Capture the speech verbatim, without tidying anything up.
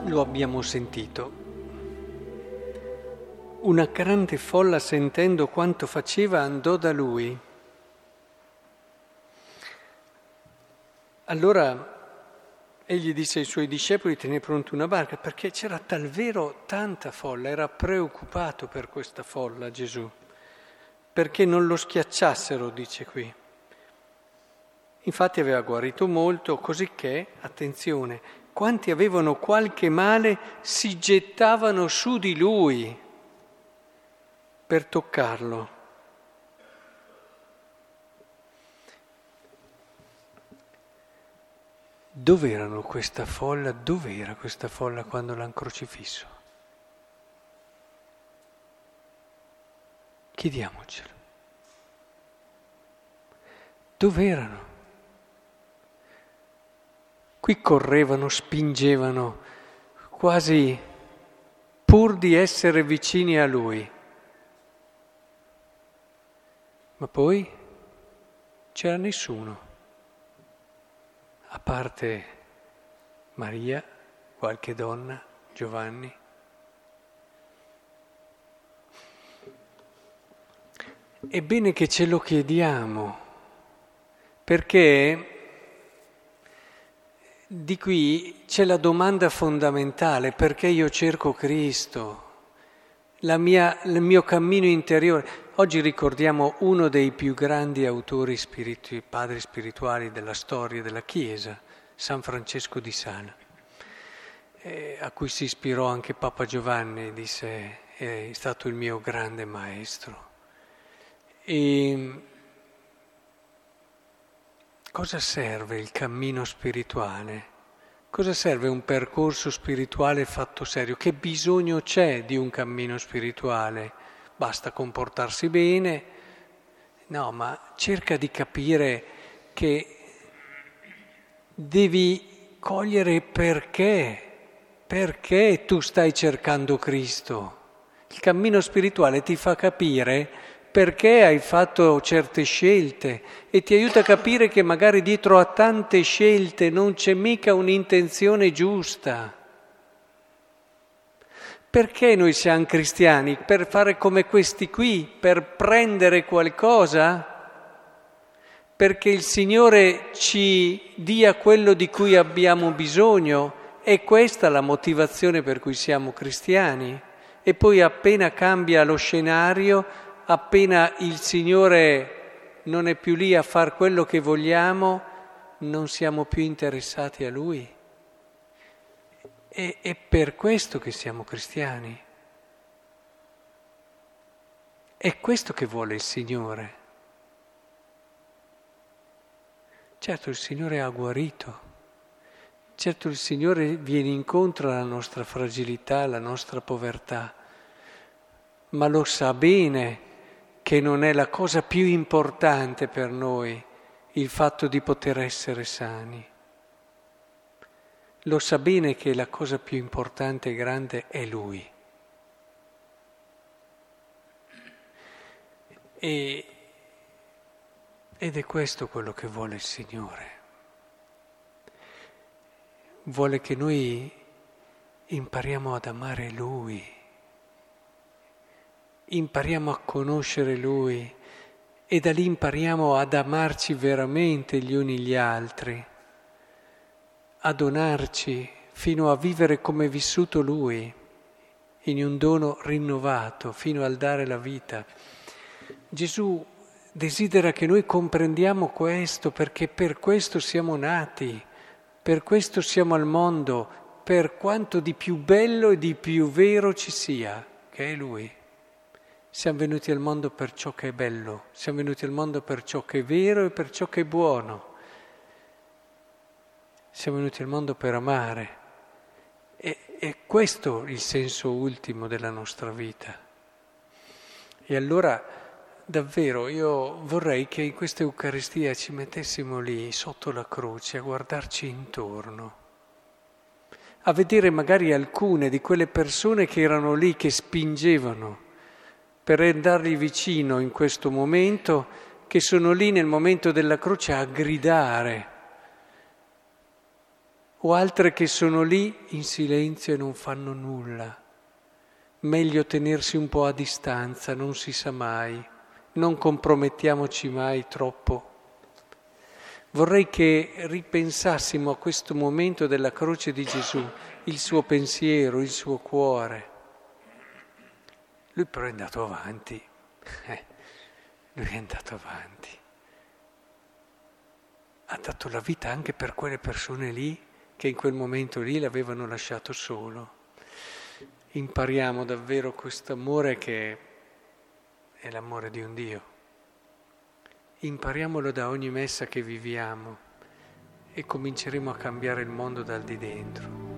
lo abbiamo sentito. Una grande folla, sentendo quanto faceva, andò da lui. Allora egli disse ai suoi discepoli: tenete pronta una barca, perché c'era talvero tanta folla, era preoccupato per questa folla Gesù, perché non lo schiacciassero, dice qui. Infatti aveva guarito molto, così che, attenzione, quanti avevano qualche male si gettavano su di lui per toccarlo. Dov'erano questa folla? Dov'era questa folla quando l'hanno crocifisso? Chiediamocelo. Dov'erano? Qui correvano, spingevano, quasi pur di essere vicini a lui. Ma poi c'era nessuno, a parte Maria, qualche donna, Giovanni. È bene che ce lo chiediamo, perché di qui c'è la domanda fondamentale: perché io cerco Cristo, la mia, il mio cammino interiore. Oggi ricordiamo uno dei più grandi autori spiritu- padri spirituali della storia della Chiesa, San Francesco di Sala, eh, a cui si ispirò anche Papa Giovanni, disse: è stato il mio grande maestro. E cosa serve il cammino spirituale? Cosa serve un percorso spirituale fatto serio? Che bisogno c'è di un cammino spirituale? Basta comportarsi bene? No, ma cerca di capire che devi cogliere perché, perché tu stai cercando Cristo. Il cammino spirituale ti fa capire perché hai fatto certe scelte e ti aiuta a capire che magari dietro a tante scelte non c'è mica un'intenzione giusta. Perché noi siamo cristiani? Per fare come questi qui? Per prendere qualcosa? Perché il Signore ci dia quello di cui abbiamo bisogno? È questa la motivazione per cui siamo cristiani? E poi appena cambia lo scenario, appena il Signore non è più lì a far quello che vogliamo, non siamo più interessati a Lui. E è per questo che siamo cristiani. È questo che vuole il Signore. Certo, il Signore ha guarito. Certo, il Signore viene incontro alla nostra fragilità, alla nostra povertà, ma lo sa bene che non è la cosa più importante per noi il fatto di poter essere sani. Lo sa bene che la cosa più importante e grande è Lui. E, ed è questo quello che vuole il Signore. Vuole che noi impariamo ad amare Lui, impariamo a conoscere Lui e da lì impariamo ad amarci veramente gli uni gli altri, a donarci fino a vivere come è vissuto Lui, in un dono rinnovato, fino al dare la vita. Gesù desidera che noi comprendiamo questo, perché per questo siamo nati, per questo siamo al mondo, per quanto di più bello e di più vero ci sia, che è Lui. Siamo venuti al mondo per ciò che è bello, siamo venuti al mondo per ciò che è vero e per ciò che è buono. Siamo venuti al mondo per amare. E è questo il senso ultimo della nostra vita. E allora, davvero, io vorrei che in questa Eucaristia ci mettessimo lì, sotto la croce, a guardarci intorno, a vedere magari alcune di quelle persone che erano lì, che spingevano per andargli vicino in questo momento, che sono lì nel momento della croce a gridare: o altre che sono lì in silenzio e non fanno nulla. Meglio tenersi un po' a distanza, non si sa mai, non compromettiamoci mai troppo. Vorrei che ripensassimo a questo momento della croce di Gesù, il suo pensiero, il suo cuore. Lui però è andato avanti, eh, lui è andato avanti. Ha dato la vita anche per quelle persone lì che in quel momento lì l'avevano lasciato solo. Impariamo davvero questo amore che è l'amore di un Dio. Impariamolo da ogni messa che viviamo e cominceremo a cambiare il mondo dal di dentro.